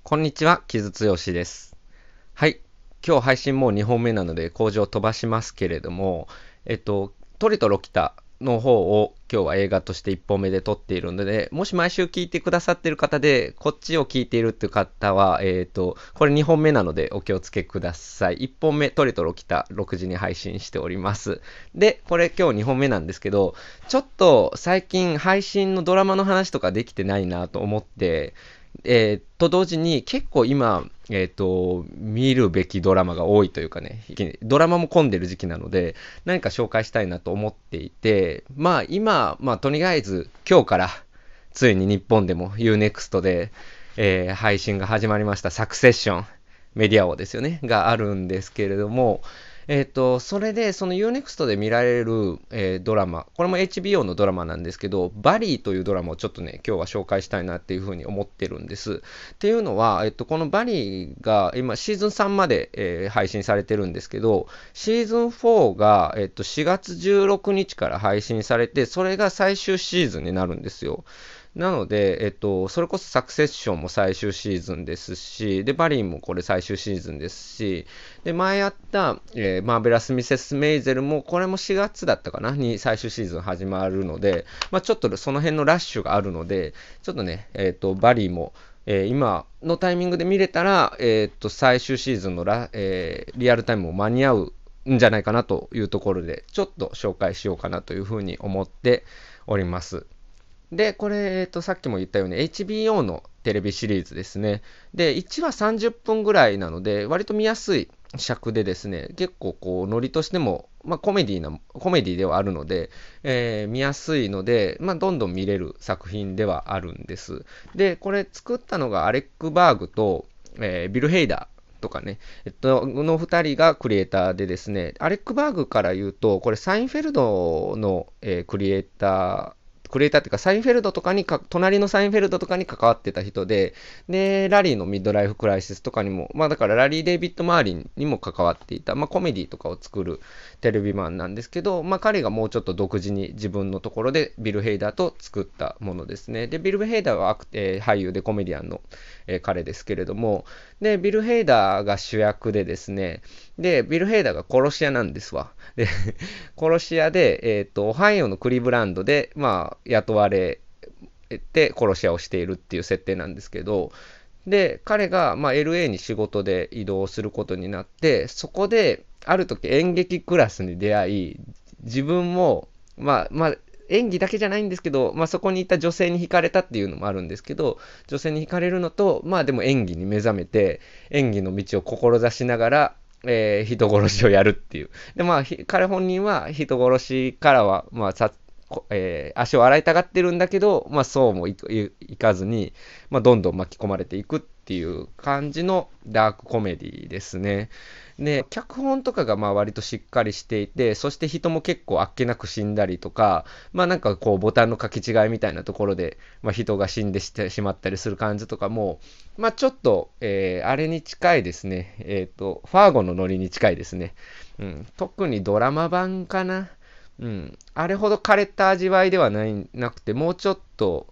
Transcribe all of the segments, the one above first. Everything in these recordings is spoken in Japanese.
こんにちは、木津剛です。はい、今日配信もう2本目なので工場飛ばしますけれども、トリとロキタの方を今日は映画として1本目で撮っているので、もし毎週聞いてくださっている方で、こっちを聞いているっていう方は、これ2本目なのでお気をつけください。1本目、トリとロキタ6時に配信しております。で、これ今日2本目なんですけど、ちょっと最近配信のドラマの話とかできてないなと思って、と同時に結構今、見るべきドラマが多いというかね、ドラマも混んでる時期なので、何か紹介したいなと思っていて、まあ今、とりあえず今日からついに日本でも Unext で、配信が始まりましたサクセッション、メディア王ですよね、があるんですけれども、それで、その Unext で見られる、ドラマ、これも HBO のドラマなんですけど、バリーというドラマをちょっとね、今日は紹介したいなっていうふうに思ってるんです。っていうのは、このバリーが今シーズン3まで、配信されてるんですけど、シーズン4が、4月16日から配信されて、それが最終シーズンになるんですよ。なので、それこそサクセッションも最終シーズンですし、で、バリーもこれ最終シーズンですし、で、前やった、マーベラス・ミセス・メイゼルも、これも4月だったかなに最終シーズン始まるので、ちょっとその辺のラッシュがあるので、ちょっとね、バリーも、今のタイミングで見れたら、最終シーズンのリアルタイムも間に合うんじゃないかなというところで、ちょっと紹介しようかなというふうに思っております。で、これ、さっきも言ったように HBO のテレビシリーズですね。で、1話30分ぐらいなので、割と見やすい尺でですね、結構こう、ノリとしても、コメディではあるので、見やすいので、どんどん見れる作品ではあるんです。で、これ作ったのがアレック・バーグと、ビル・ヘイダーとかね、の二人がクリエイターでですね、アレック・バーグから言うと、これサインフェルドの、クリエイターっていうか、サインフェルドとかに隣のサインフェルドとかに関わってた人で、で、ラリーのミッドライフクライシスとかにも、だからラリー・デイビッド・マーリンにも関わっていた、コメディとかを作るテレビマンなんですけど、彼がもうちょっと独自に自分のところでビル・ヘイダーと作ったものですね。で、ビル・ヘイダーは、俳優でコメディアンの、彼ですけれども、で、ビル・ヘイダーが主役でですね、で、ビル・ヘイダーが殺し屋なんですわ。で、殺し屋で、オハイオのクリーブランドで、雇われて殺し屋をしているっていう設定なんですけど、で、彼が、LA に仕事で移動することになって、そこで、ある時演劇クラスに出会い、自分も、演技だけじゃないんですけど、そこにいた女性に惹かれたっていうのもあるんですけど、女性に惹かれるのと、でも演技に目覚めて、演技の道を志しながら、人殺しをやるっていう。で、彼本人は人殺しからは、足を洗いたがってるんだけど、そうもいかずに、どんどん巻き込まれていくっていう感じのダークコメディですね。で、脚本とかが割としっかりしていて、そして人も結構あっけなく死んだりとか、なんかこうボタンの書き違いみたいなところで、人が死んでしてしまったりする感じとかも、ちょっと、あれに近いですね。ファーゴのノリに近いですね。うん、特にドラマ版かな。うん、あれほど枯れた味わいではなくて、もうちょっと、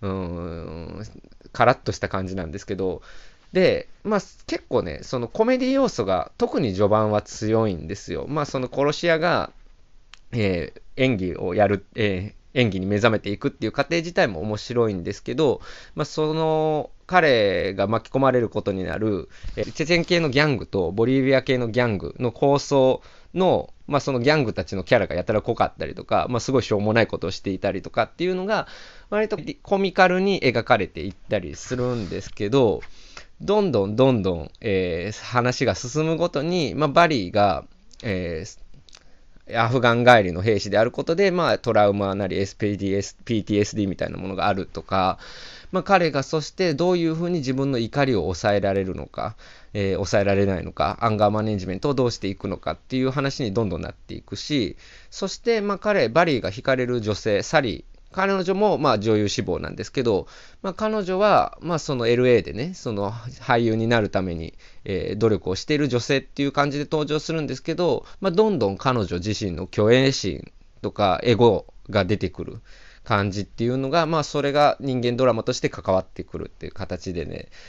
カラッとした感じなんですけど、で、結構ね、そのコメディ要素が特に序盤は強いんですよ。その殺し屋が、演技をやる、演技に目覚めていくっていう過程自体も面白いんですけど、その彼が巻き込まれることになる、チェチェン系のギャングとボリビア系のギャングの構想の、そのギャングたちのキャラがやたら濃かったりとか、すごいしょうもないことをしていたりとかっていうのが、割とコミカルに描かれていったりするんですけど、どんどん、話が進むごとに、バリーが、アフガン帰りの兵士であることで、トラウマなり PTSD みたいなものがあるとか、彼がそしてどういうふうに自分の怒りを抑えられるのか、抑えられないのか、アンガーマネジメントをどうしていくのかっていう話にどんどんなっていくし、そして、バリーが惹かれる女性、サリー、彼女も女優志望なんですけど、彼女はその LA でね、その俳優になるために、努力をしている女性っていう感じで登場するんですけど、どんどん彼女自身の虚栄心とかエゴが出てくる感じっていうのが、それが人間ドラマとして関わってくるっていう形でね、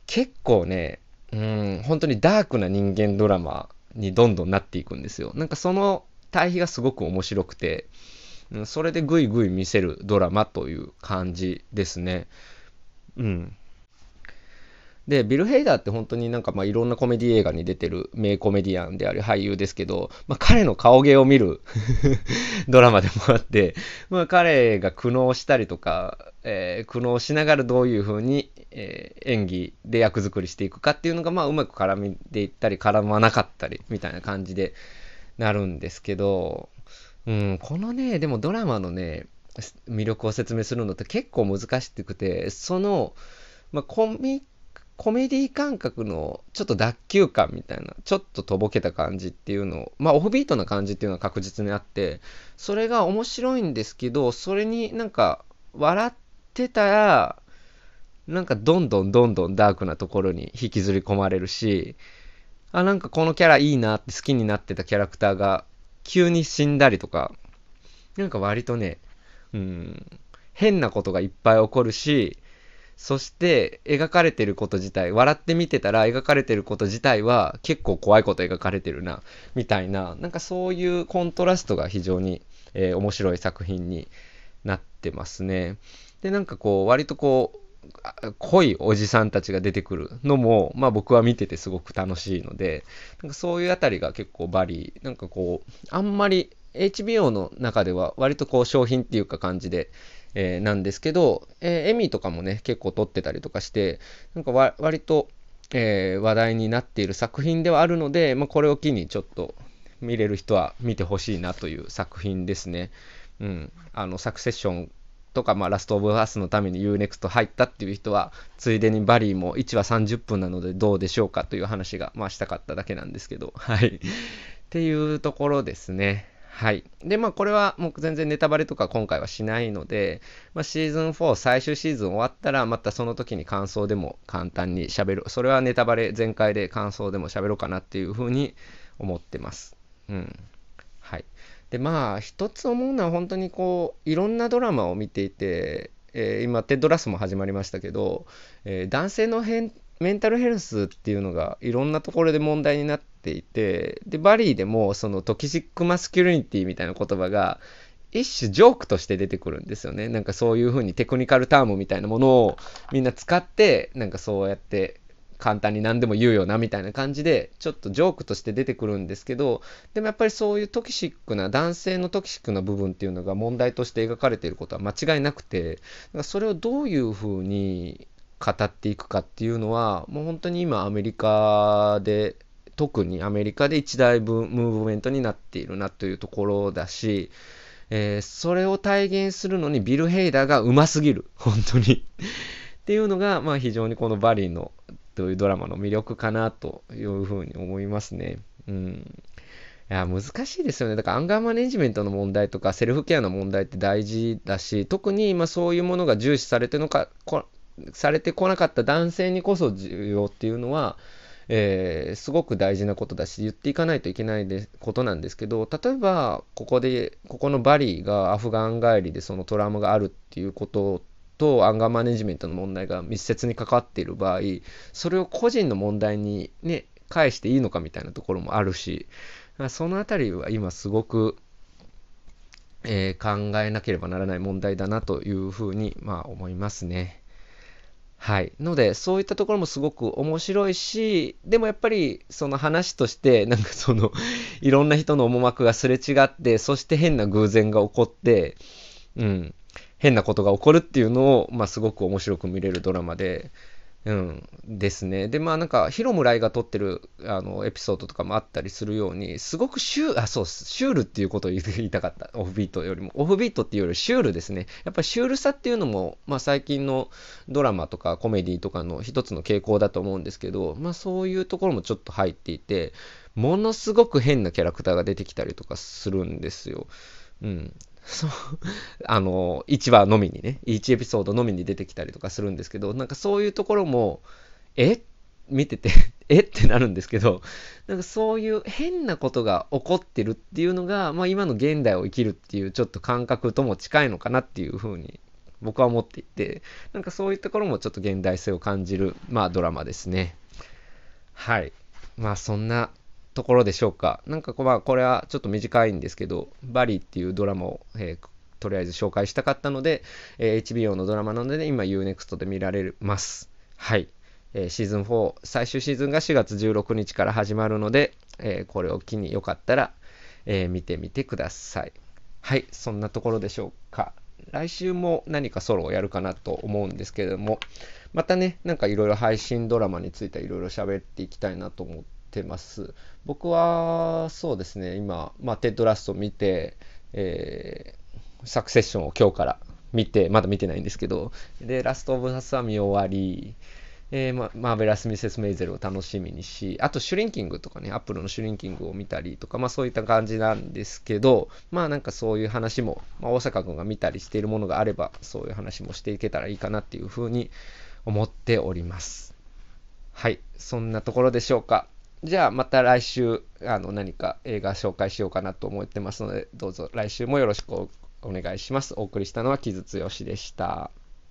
結構ね、本当にダークな人間ドラマにどんどんなっていくんですよ。なんかその対比がすごく面白くて、それでグイグイ見せるドラマという感じですね。うん。で、ビル・ヘイダーって本当になんかまあいろんなコメディ映画に出てる名コメディアンである俳優ですけど、まあ彼の顔芸を見るドラマでもあって、まあ彼が苦悩したりとか、苦悩しながらどういう風に、演技で役作りしていくかっていうのがまあうまく絡みでいったり絡まなかったりみたいな感じでなるんですけど、このね、でもドラマのね、魅力を説明するのって結構難しくて、まあ、コメディ感覚のちょっと脱臼感みたいな、ちょっととぼけた感じっていうのを、まあオフビートな感じっていうのは確実にあって、それが面白いんですけど、それになんか笑ってたら、なんかどんどんどんどんダークなところに引きずり込まれるし、なんかこのキャラいいなって好きになってたキャラクターが急に死んだりとか、なんか割とね、うん、変なことがいっぱい起こるし、そして描かれてること自体、笑って見てたら描かれてること自体は結構怖いこと描かれてるな、みたいな、なんかそういうコントラストが非常に、面白い作品になってますね。で、なんかこう、割とこう、濃いおじさんたちが出てくるのも、まあ僕は見ててすごく楽しいので、なんかそういうあたりが結構バリー、なんかこう、あんまり HBO の中では割とこう商品っていうか感じで、なんですけど、エミーとかもね、結構撮ってたりとかして、なんか割と、話題になっている作品ではあるので、まあこれを機にちょっと見れる人は見てほしいなという作品ですね。サクセッションとか、まあ、ラストオブアスのために UNEXT 入ったっていう人は、ついでにバリーも1話30分なのでどうでしょうかという話が、まあ、したかっただけなんですけど、はい。っていうところですね。はい。で、まあ、これはもう全然ネタバレとか今回はしないので、まあ、シーズン4最終シーズン終わったら、またその時に感想でも簡単に喋る。それはネタバレ全開で感想でも喋ろうかなっていうふうに思ってます。うん。はい。で、まあ、一つ思うのは本当にこう、いろんなドラマを見ていて、今、テッドラスも始まりましたけど、男性のメンタルヘルスっていうのがいろんなところで問題になっていて、で、バリーでもそのトキシックマスキュリニティみたいな言葉が、一種ジョークとして出てくるんですよね。なんかそういう風にテクニカルタームみたいなものをみんな使って、なんかそうやって簡単に何でも言うよなみたいな感じでちょっとジョークとして出てくるんですけど、でもやっぱりそういうトキシックな男性のトキシックな部分っていうのが問題として描かれていることは間違いなくて、だからそれをどういうふうに語っていくかっていうのはもう本当に今アメリカで、特にアメリカで一大ムーブメントになっているなというところだし、それを体現するのにビル・ヘイダーがうますぎる本当にっていうのが、まあ、非常にこのバリーのというドラマの魅力かなというふうに思いますね。うん。いや、難しいですよね。だからアンガーマネジメントの問題とかセルフケアの問題って大事だし、特に今そういうものが重視されてのか、されてこなかった男性にこそ重要っていうのは、すごく大事なことだし、言っていかないといけないことなんですけど、例えば、ここのバリーがアフガン帰りでそのトラウマがあるっていうことと、アンガーマネジメントの問題が密接に関わっている場合、それを個人の問題にね、返していいのかみたいなところもあるし、そのあたりは今すごく、考えなければならない問題だなというふうに、まあ思いますね。はい。ので、そういったところもすごく面白いし、でもやっぱり、その話として、なんかその、いろんな人の思惑がすれ違って、そして変な偶然が起こって、うん、変なことが起こるっていうのを、まあ、すごく面白く見れるドラマで、ですね。で、まあなんか、ヒロムライが撮ってる、エピソードとかもあったりするように、すごくそう、シュールっていうことを言いたかった。オフビートよりも。オフビートっていうよりシュールですね。やっぱりシュールさっていうのも、まあ最近のドラマとかコメディとかの一つの傾向だと思うんですけど、まあそういうところもちょっと入っていて、ものすごく変なキャラクターが出てきたりとかするんですよ。うん。そう、1話のみにね、1エピソードのみに出てきたりとかするんですけど、なんかそういうところも、え見ててえってなるんですけど、なんかそういう変なことが起こってるっていうのが、まあ今の現代を生きるっていうちょっと感覚とも近いのかなっていうふうに僕は思っていて、なんかそういうところもちょっと現代性を感じる、まあドラマですね。はい。まあそんなところでしょうか。なんかまあこれはちょっと短いんですけど、バリっていうドラマを、とりあえず紹介したかったので、HBO のドラマなので、ね、今 Unext で見られます。はい。シーズン4、最終シーズンが4月16日から始まるので、これを機によかったら、見てみてください。はい、そんなところでしょうか。来週も何かソロをやるかなと思うんですけれども、またね、なんかいろいろ配信ドラマについていろいろ喋っていきたいなと思ってます。僕は、そうですね、今、まあ、テッドラスト見て、サクセッションを今日から見て、まだ見てないんですけど、で、ラストオブアスは見終わり、マーベラス・ミセス・メイゼルを楽しみにし、あとシュリンキングとかね、アップルのシュリンキングを見たりとか、まあそういった感じなんですけど、まあなんかそういう話も、まあ、大阪君が見たりしているものがあれば、そういう話もしていけたらいいかなっていうふうに思っております。はい、そんなところでしょうか。じゃあまた来週、何か映画紹介しようかなと思ってますので、どうぞ来週もよろしくお願いします。お送りしたのは木津剛でした。